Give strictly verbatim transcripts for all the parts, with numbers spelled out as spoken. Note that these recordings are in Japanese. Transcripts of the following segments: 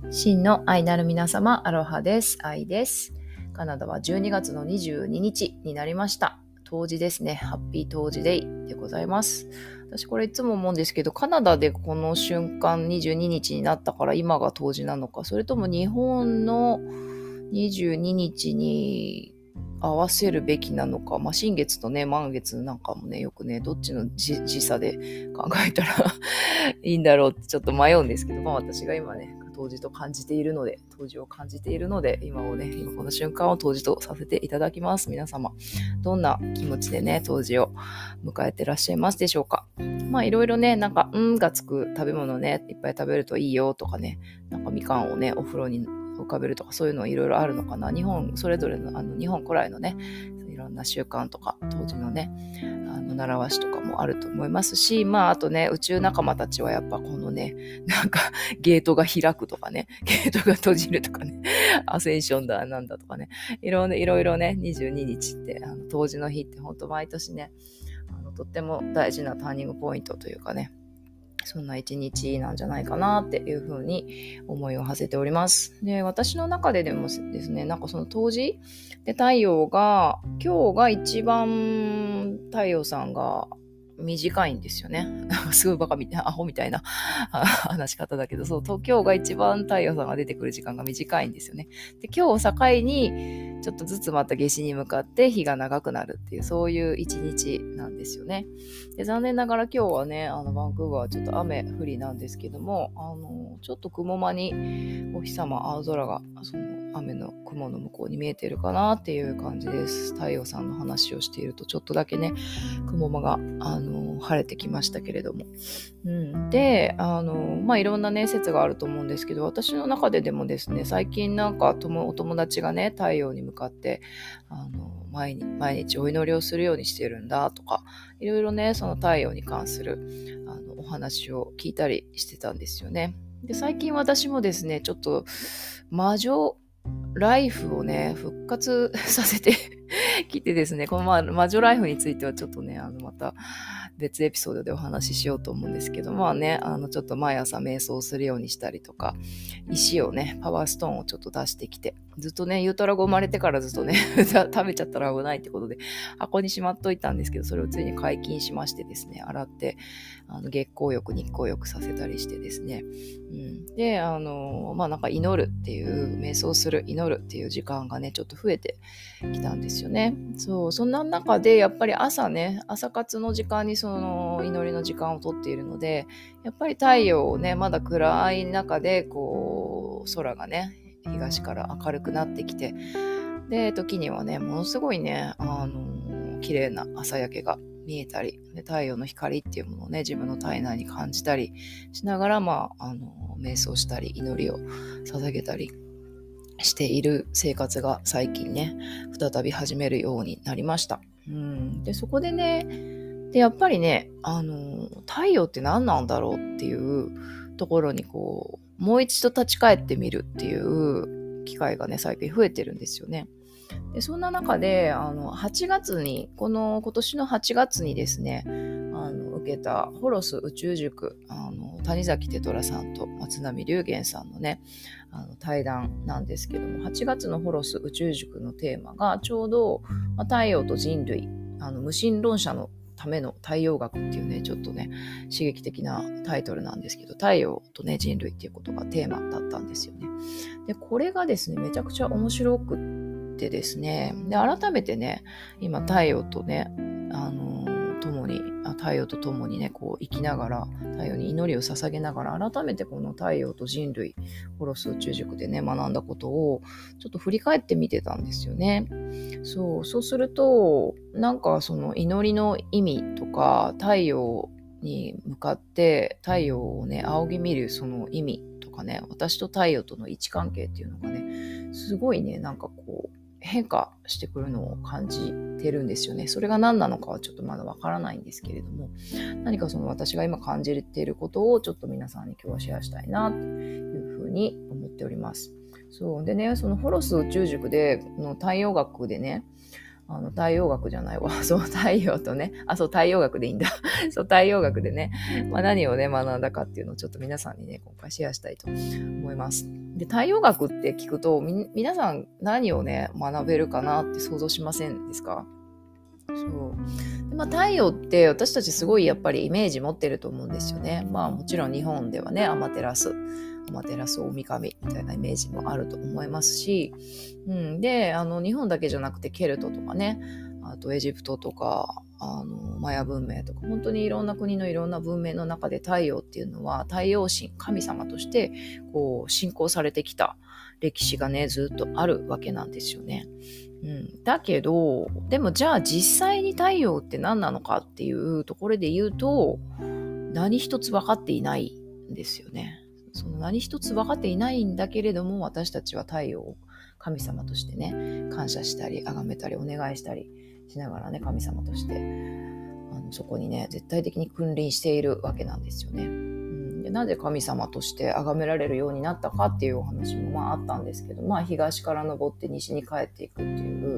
真の愛なる皆様、アロハです。愛です。カナダはじゅうにがつのにじゅうににちになりました。冬至ですね。ハッピー冬至デイでございます。私これいつも思うんですけど、カナダでこの瞬間にじゅうににちになったから今が冬至なのか、それとも日本のにじゅうににちに合わせるべきなのか、まあ、新月とね、満月なんかもね、よくね、どっちの時時差で考えたらいいんだろうってちょっと迷うんですけど、まあ私が今ね、冬至と感じているので、冬至を感じているので、今をね、今この瞬間を冬至とさせていただきます。皆様、どんな気持ちでね、冬至を迎えてらっしゃいますでしょうか。まあいろいろね、なんか、うんがつく食べ物ね、いっぱい食べるといいよとかね、なんかみかんをね、お風呂に浮かべるとかそういうのいろいろあるのかな。日本、それぞれの、あの、日本古来のね、いろんな習慣とか、当時のね、あの、習わしとかもあると思いますし、まあ、あとね、宇宙仲間たちはやっぱこのね、なんか、ゲートが開くとかね、ゲートが閉じるとかね、アセンションだ、なんだとかね、いろいろいろいろね、にじゅうににちって、あの、冬至の日って本当毎年ね、あの、とっても大事なターニングポイントというかね、そんな一日なんじゃないかなっていうふうに思いを馳せております。で、私の中ででもですね、なんかその冬至で太陽が、今日が一番太陽さんが短いんですよね。すごいバカみたいな、アホみたいな話し方だけど、そう、今日が一番太陽さんが出てくる時間が短いんですよね。で、今日を境に、ちょっとずつまた夏至に向かって日が長くなるっていう、そういう一日なんですよね。で、残念ながら今日はね、あの、バンクーバーはちょっと雨降りなんですけども、あの、ちょっと雲間にお日様、青空が、その、雨の雲の向こうに見えてるかなっていう感じです。太陽さんの話をしているとちょっとだけね、雲間が、あの、晴れてきましたけれども。うん、で、あの、まあ、いろんなね、説があると思うんですけど、私の中ででもですね、最近なんかともお友達がね、太陽に向かって、あの、毎日、毎日お祈りをするようにしてるんだとか、いろいろね、その太陽に関する、あの、お話を聞いたりしてたんですよね。で、最近私もですね、ちょっと、魔女ライフをね、復活させてきてですね、この、まあ、魔女ライフについてはちょっとね、あの、また別エピソードでお話ししようと思うんですけど、まあね、あの、ちょっと毎朝瞑想するようにしたりとか、石をね、パワーストーンをちょっと出してきて、ずっとね、ユートラが生まれてからずっとね、食べちゃったら危ないってことで、箱にしまっといたんですけど、それをついに解禁しましてですね、洗って、あの月光浴、日光浴させたりしてですね、うん、で、あの、まあなんか祈るっていう、瞑想する、祈るっていう時間がね、ちょっと増えてきたんですよね。そう、そんな中で、やっぱり朝ね、朝活の時間にその祈りの時間をとっているので、やっぱり太陽をね、まだ暗い中で、こう、空がね、東から明るくなってきて、で、時にはね、ものすごいね、あの、綺麗な朝焼けが見えたり、で太陽の光っていうものをね、自分の体内に感じたりしながら、まあ、あの、瞑想したり、祈りを捧げたりしている生活が最近ね、再び始めるようになりました。うん、で、そこでね、で、やっぱりね、あの、太陽って何なんだろうっていうところにこう、もう一度立ち返ってみるっていう機会がね、最近増えてるんですよね。で、そんな中で、あの、はちがつに、この今年のはちがつにですね、あの、受けたホロス宇宙塾、あの、谷崎テトラさんと松並龍玄さんのね、あの対談なんですけども、はちがつのホロス宇宙塾のテーマがちょうど、まあ、太陽と人類、あの無神論者のための太陽学っていうね、ちょっとね、刺激的なタイトルなんですけど、太陽とね、人類っていうことがテーマだったんですよね。で、これがですね、めちゃくちゃ面白くってですね、で、改めてね、今太陽とね、あのー、共に、太陽と共にね、こう生きながら、太陽に祈りを捧げながら、改めてこの太陽と人類、ホロス宇宙塾でね、学んだことを、ちょっと振り返ってみてたんですよね。そう、そうすると、なんかその祈りの意味とか、太陽に向かって太陽をね、仰ぎ見るその意味とかね、私と太陽との位置関係っていうのがね、すごいね、なんかこう、変化してくるのを感じてるんですよね。それが何なのかはちょっとまだわからないんですけれども、何かその私が今感じていることをちょっと皆さんに今日はシェアしたいなというふうに思っております。そうでね、そのホロス宇宙塾での太陽学でね、 あの太陽学じゃないわそう太陽とねあそう太陽学でいいんだそう太陽学でね、まあ、何をね学んだかっていうのをちょっと皆さんにね今回シェアしたいと思います。で太陽学って聞くとみ皆さん何をね学べるかなって想像しませんですか？そうで、まあ、太陽って私たちすごいやっぱりイメージ持ってると思うんですよね。まあもちろん日本ではねアマテラスアマテラス大神みたいなイメージもあると思いますし、うん、であの日本だけじゃなくてケルトとかねあとエジプトとかあのマヤ文明とか本当にいろんな国のいろんな文明の中で太陽っていうのは太陽神神様としてこう信仰されてきた歴史がねずっとあるわけなんですよね。うん、だけどでもじゃあ実際に太陽って何なのかっていうところで言うと何一つ分かっていないんですよね。その何一つ分かっていないんだけれども私たちは太陽を神様としてね感謝したり崇めたりお願いしたりしながらね神様としてあのそこにね絶対的に君臨しているわけなんですよね。うん、でなぜ神様として崇められるようになったかっていうお話もまああったんですけど、まあ、東から昇って西に帰っていくっていう、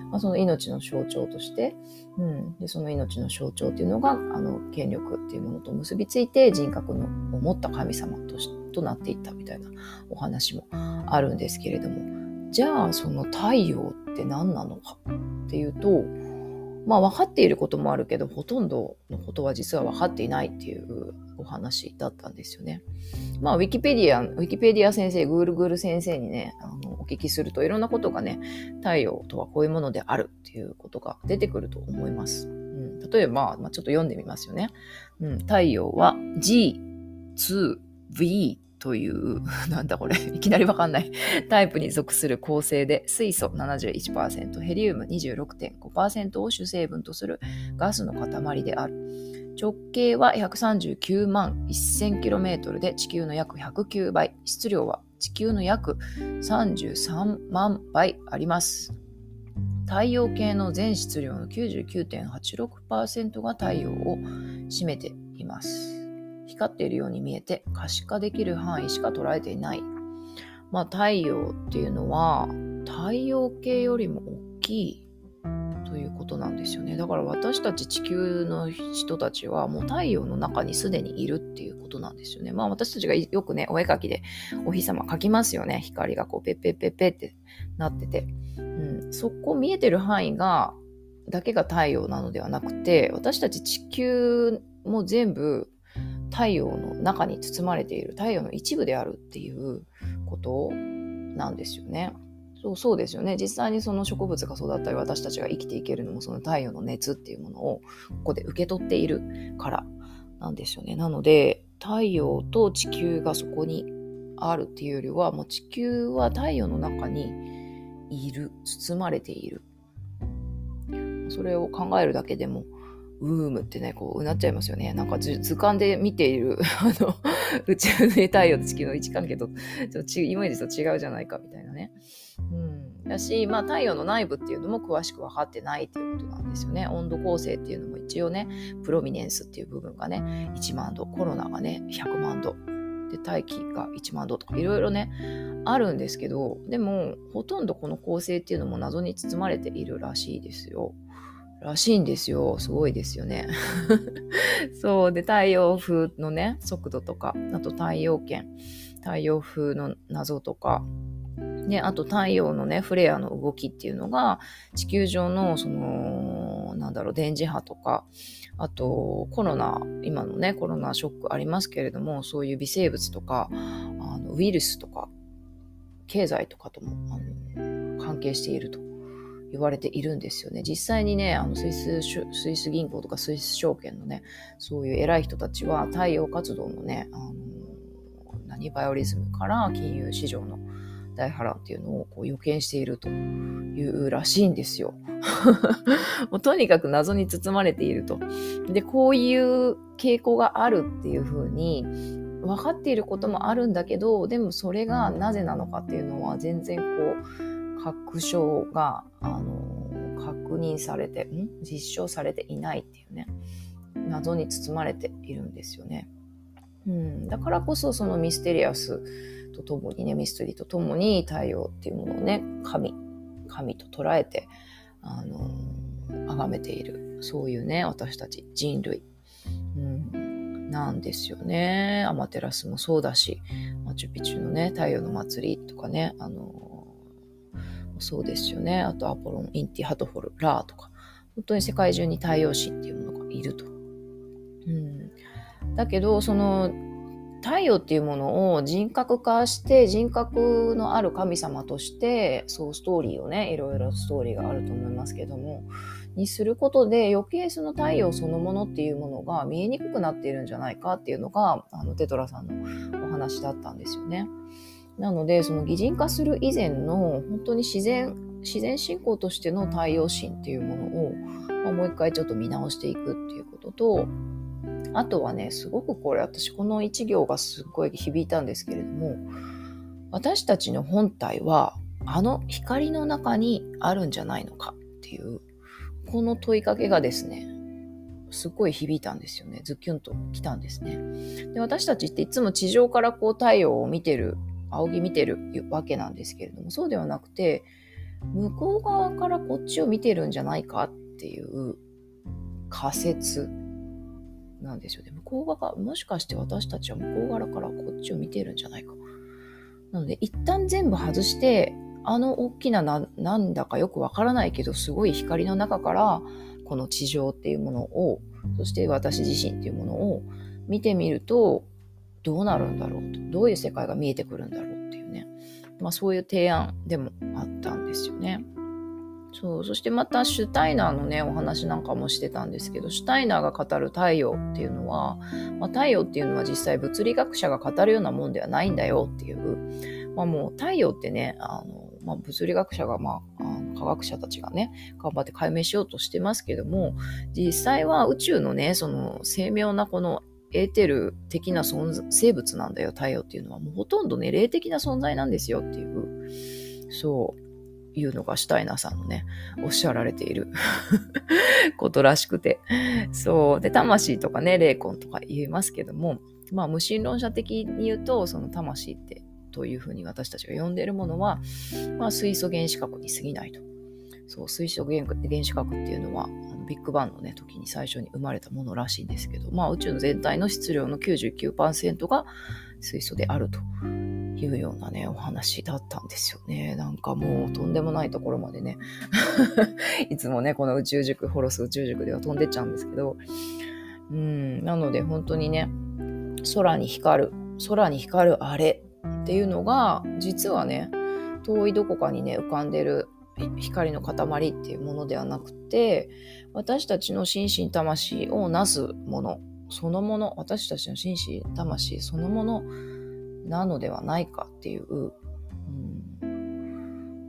まあ、その命の象徴として、うん、でその命の象徴っていうのがあの権力っていうものと結びついて人格のを持った神様としとなっていったみたいなお話もあるんですけれども、じゃあその太陽って何なのかっていうと、まあ分かっていることもあるけどほとんどのことは実は分かっていないっていうお話だったんですよね。まあウィキペディアウィキペディア先生グーグル先生にねあのお聞きするといろんなことがね太陽とはこういうものであるっていうことが出てくると思います。うん、例えば、まあ、ちょっと読んでみますよね。うん、太陽は ジーツーブイというなんだこれいきなりわかんないタイプに属する構成で水素 ななじゅういちパーセント ヘリウム にじゅうろくてんごパーセント を主成分とするガスの塊である。直径はひゃくさんじゅうきゅうまんせんキロメートルで地球の約ひゃくきゅうばい、質量は地球の約さんじゅうさんまんばいあります。太陽系の全質量の きゅうじゅうきゅうてんはちろくパーセント が太陽を占めています。光っているように見えて可視化できる範囲しか捉えていない。まあ太陽っていうのは太陽系よりも大きいということなんですよね。だから私たち地球の人たちはもう太陽の中にすでにいるっていうことなんですよね。まあ私たちがよくねお絵描きでお日様描きますよね。光がこうペッペッペッペッってなってて、うん、そこ見えてる範囲がだけが太陽なのではなくて私たち地球も全部太陽の中に包まれている太陽の一部であるっていうことなんですよね。そうそうですよね。実際にその植物が育ったり私たちが生きていけるのもその太陽の熱っていうものをここで受け取っているからなんですよね。なので太陽と地球がそこにあるっていうよりはもう地球は太陽の中にいる、包まれている。それを考えるだけでもウームってねこううなっちゃいますよね。なんか図鑑で見ているあの宇宙の太陽と地球の位置関係とちょっとイメージと違うじゃないかみたいなね。うん、だし、まあ、太陽の内部っていうのも詳しく分かってないっていうことなんですよね。温度構成っていうのも一応ねプロミネンスっていう部分がねいちまんど、コロナがねひゃくまんどで大気がいちまんどとかいろいろねあるんですけど、でもほとんどこの構成っていうのも謎に包まれているらしいですよ。らしいんですよ。すごいですよね。そうで太陽風のね速度とか、あと太陽圏、太陽風の謎とか、であと太陽のねフレアの動きっていうのが地球上のそのなんだろう電磁波とか、あとコロナ今のねコロナショックありますけれども、そういう微生物とかあのウイルスとか経済とかともあの関係していると言われているんですよね。実際にねあのスイススイス銀行とかスイス証券のねそういう偉い人たちは太陽活動のねあの何バイオリズムから金融市場の大波乱っていうのをこう予見しているというらしいんですよ。もうとにかく謎に包まれていると。でこういう傾向があるっていう風に分かっていることもあるんだけど、でもそれがなぜなのかっていうのは全然こう確証があの確認されてん実証されていないっていうね謎に包まれているんですよね。うん、だからこそそのミステリアスとともにねミステリーとともに太陽っていうものをね神神と捉えてあの崇めている、そういうね、私たち人類、うん、なんですよね。アマテラスもそうだし、マチュピチュのね、太陽の祭りとかね、あのそうですよね。あとアポロン、インティハトフォル、ラーとか、本当に世界中に太陽神っていうものがいると。うん、だけど、その太陽っていうものを人格化して、人格のある神様として、そうストーリーをね、いろいろストーリーがあると思いますけども、にすることで余計その太陽そのものっていうものが見えにくくなっているんじゃないかっていうのが、あのテトラさんのお話だったんですよね。なので、その擬人化する以前の本当に自然、自然信仰としての太陽神っていうものを、まあ、もう一回ちょっと見直していくっていうことと、あとはね、すごくこれ私この一行がすごい響いたんですけれども、私たちの本体はあの光の中にあるんじゃないのかっていう、この問いかけがですね、すごい響いたんですよね。ズキュンときたんですね。で、私たちっていつも地上からこう太陽を見てる、仰ぎ見てるわけなんですけれども、そうではなくて、向こう側からこっちを見てるんじゃないかっていう仮説なんですよね。向こう側、もしかして私たちは向こう側からこっちを見てるんじゃないか。なので、一旦全部外して、あの大きなな、なんだかよくわからないけど、すごい光の中から、この地上っていうものを、そして私自身っていうものを見てみると、どうなるんだろうと。どういう世界が見えてくるんだろうっていうね。まあそういう提案でもあったんですよね。そう、そしてまたシュタイナーのね、お話なんかもしてたんですけど、シュタイナーが語る太陽っていうのは、まあ、太陽っていうのは実際物理学者が語るようなもんではないんだよっていう、まあもう太陽ってね、あの、まあ、物理学者が、まあ、あの科学者たちがね、頑張って解明しようとしてますけども、実際は宇宙のね、その精妙なこのエーテル的な存在生物なんだよ、太陽っていうのは。もうほとんどね、霊的な存在なんですよっていう、そういうのがシュタイナーさんのね、おっしゃられていることらしくて。そう。で、魂とかね、霊魂とか言いますけども、まあ、無神論者的に言うと、その魂ってというふうに私たちが呼んでいるものは、まあ、水素原子核に過ぎないと。そう、水素原子核っていうのは、ビッグバンのね、時に最初に生まれたものらしいんですけど、まあ、宇宙の全体の質量の きゅうじゅうきゅうパーセント が水素であるというようなね、お話だったんですよね。なんかもうとんでもないところまでね、いつもね、この宇宙塾、ホロス宇宙塾では飛んでっちゃうんですけど、うん、なので本当にね、空に光る、空に光るあれっていうのが、実はね、遠いどこかにね、浮かんでる光の塊っていうものではなくて、私たちの心身魂をなすものそのもの、私たちの心身魂そのものなのではないかっていう、うん、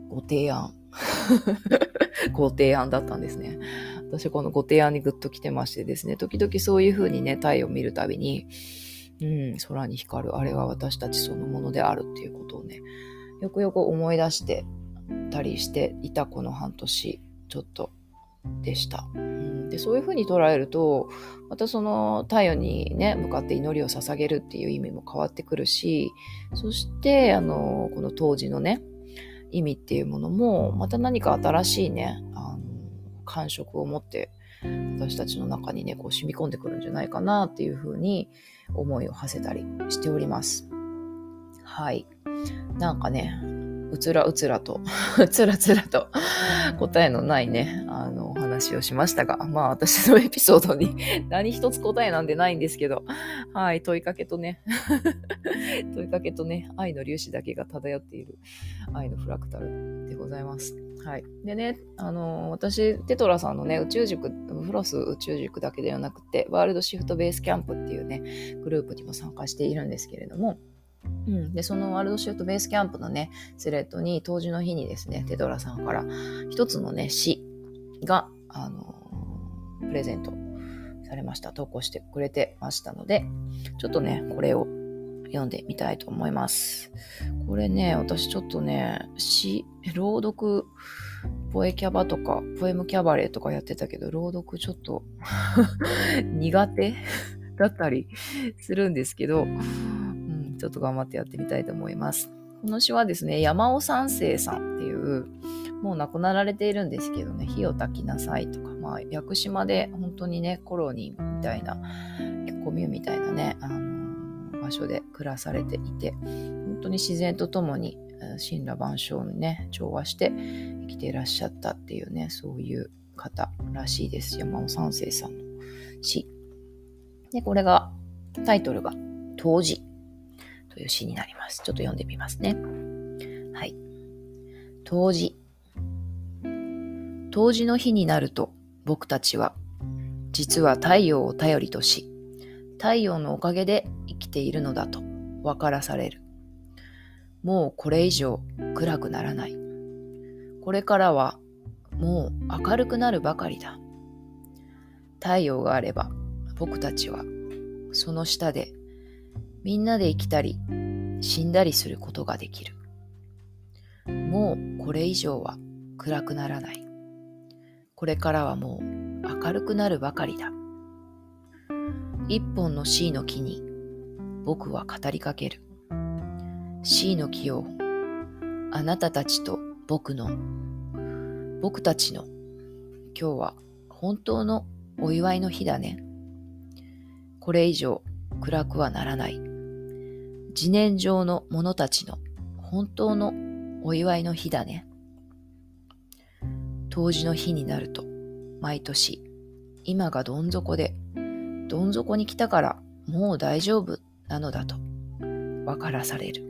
ご提案ご提案だったんですね。私このご提案にグッと来てましてですね、時々そういう風にね、太陽を見るたびに、うん、空に光るあれが私たちそのものであるっていうことをね、よくよく思い出してたりしていたこの半年ちょっとでした。で、そういう風に捉えると、またその太陽にね、向かって祈りを捧げるっていう意味も変わってくるし、そしてあのこの当時のね、意味っていうものもまた何か新しいね、あの感触を持って私たちの中にね、こう染み込んでくるんじゃないかなっていう風に思いを馳せたりしております。はい。なんかね、うつらうつらとつらつらと答えのないね、あのお話をしましたが、まあ私のエピソードに何一つ答えなんでないんですけど、はい、問いかけとね問いかけとね、愛の粒子だけが漂っている愛のフラクタルでございます。はい。でね、あの私テトラさんのね、宇宙塾、フロス宇宙塾だけではなくて、ワールドシフトベースキャンプっていうね、グループにも参加しているんですけれども、うん、でそのワールドシフトベースキャンプのねスレッドに当時の日にですね、テドラさんから一つのね詩が、あのー、プレゼントされました。投稿してくれてましたので、ちょっとねこれを読んでみたいと思います。これね、私ちょっとね詩朗読ポエキャバとかポエムキャバレーとかやってたけど、朗読ちょっと苦手だったりするんですけど、ちょっと頑張ってやってみたいと思います。この詩はですね、山尾三世さんっていうもう亡くなられているんですけどね、火を焚きなさいとか、まあ、屋久島で本当にね、コロニーみたいな、コミュみたいなね、あの場所で暮らされていて、本当に自然とともに森羅万象にね、調和して生きていらっしゃったっていうね、そういう方らしいです。山尾三世さんの詩。で、これが、タイトルが、冬至という詩になります。ちょっと読んでみますね。はい。冬至。冬至の日になると、僕たちは、実は太陽を頼りとし、太陽のおかげで生きているのだと分からされる。もうこれ以上暗くならない。これからはもう明るくなるばかりだ。太陽があれば僕たちはその下でみんなで生きたり死んだりすることができる。もうこれ以上は暗くならない。これからはもう明るくなるばかりだ。一本のシイの木に僕は語りかける。シイの木をあなたたちと僕の僕たちの今日は本当のお祝いの日だね。これ以上暗くはならない。自然上の者たちの本当のお祝いの日だね。冬至の日になると毎年今がどん底でどん底に来たからもう大丈夫なのだと分からされる。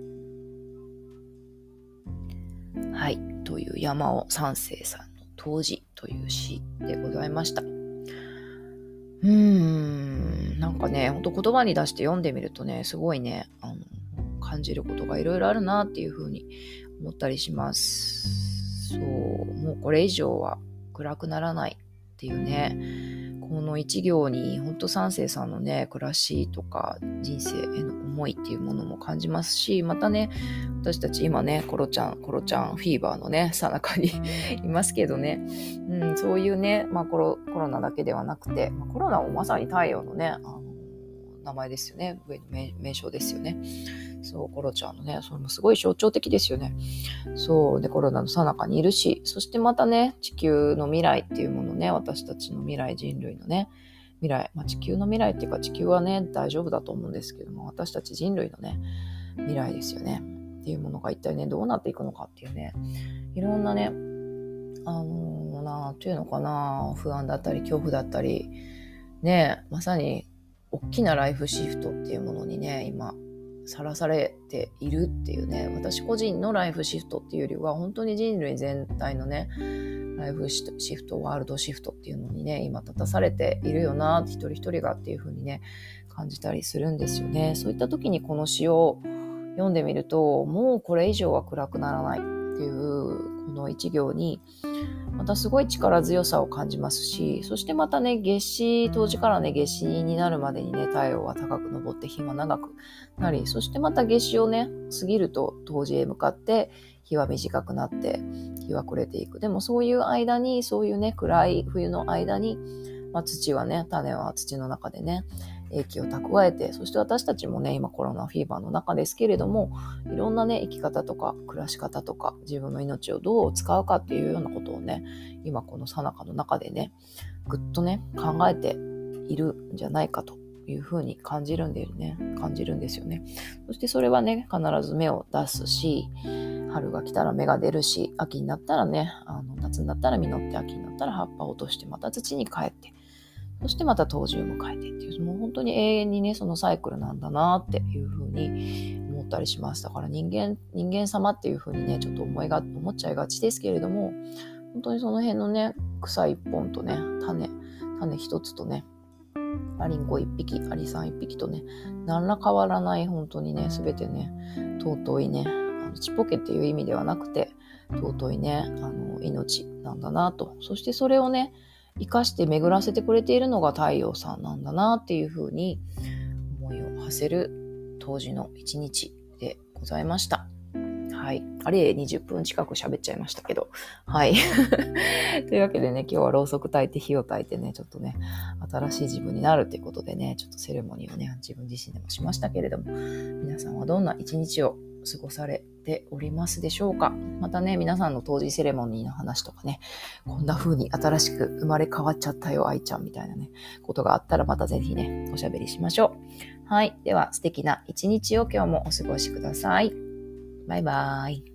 はい、という山尾三世さんの冬至という詩でございました。うーん、なんかね、ほんと言葉に出して読んでみるとね、すごいね、あの感じることがいろいろあるなっていうふうに思ったりします。そう、もうこれ以上は暗くならないっていうね、この一行に本当三世さんのね、暮らしとか人生への思いっていうものも感じますし、またね、私たち今ね、コロちゃん、コロちゃんフィーバーのね、さなかにいますけどね、うん、そういうね、まあコロ、コロナだけではなくて、まあ、コロナもまさに太陽のね、あの名前ですよね、名、名称ですよね。そう、コロちゃんのね、それもすごい象徴的ですよね。そう、で、コロナの最中にいるし、そしてまたね、地球の未来っていうものね、私たちの未来、人類のね、未来、まあ、地球の未来っていうか、地球はね、大丈夫だと思うんですけども、私たち人類のね、未来ですよね。っていうものが一体ね、どうなっていくのかっていうね、いろんなね、あのー、なんていうのかな、不安だったり、恐怖だったり、ね、まさに、大きなライフシフトっていうものにね、今、さらされているっていうね、私個人のライフシフトっていうよりは本当に人類全体のねライフシフト、ワールドシフトっていうのにね今立たされているよな、一人一人がっていう風にね感じたりするんですよね。そういった時にこの詩を読んでみると、もうこれ以上は暗くならないっていうこの一行にまたすごい力強さを感じますし、そしてまたね、夏至、冬至からね、夏至になるまでにね、太陽は高く昇って日は長くなり、そしてまた夏至をね、過ぎると冬至へ向かって日は短くなって日は暮れていく。でもそういう間に、そういうね、暗い冬の間に、まあ、土はね、種は土の中でね、英気を蓄えて、そして私たちもね、今コロナフィーバーの中ですけれども、いろんなね、生き方とか暮らし方とか、自分の命をどう使うかっていうようなことをね、今この最中の中でね、ぐっとね、考えているんじゃないかというふうに感じるんでね、感じるんですよね。そしてそれはね、必ず芽を出すし、春が来たら芽が出るし、秋になったらね、あの夏になったら実って、秋になったら葉っぱを落として、また土に帰って、そしてまた冬至を迎えてっていう、もう本当に永遠にね、そのサイクルなんだなっていうふうに思ったりします。だから人間、人間様っていうふうにね、ちょっと思いが、思っちゃいがちですけれども、本当にその辺のね、草一本とね、種、種一つとね、アリンコ一匹、アリさん一匹とね、何ら変わらない、本当にね、すべてね、尊いね、あのちっぽけっていう意味ではなくて、尊いね、あの命なんだなと。そしてそれをね、生かして巡らせてくれているのが太陽さんなんだなっていうふうに思いを馳せる冬至の一日でございました。はい。あれ、にじゅっぷん近く喋っちゃいましたけど。はい。というわけでね、今日はろうそく焚いて火を焚いてね、ちょっとね、新しい自分になるということでね、ちょっとセレモニーをね、自分自身でもしましたけれども、皆さんはどんな一日を過ごされておりますでしょうか。またね、皆さんの当時セレモニーの話とかね、こんな風に新しく生まれ変わっちゃったよ、愛ちゃんみたいなね、ことがあったらまたぜひね、おしゃべりしましょう。はい。では素敵な一日を今日もお過ごしください。バイバーイ。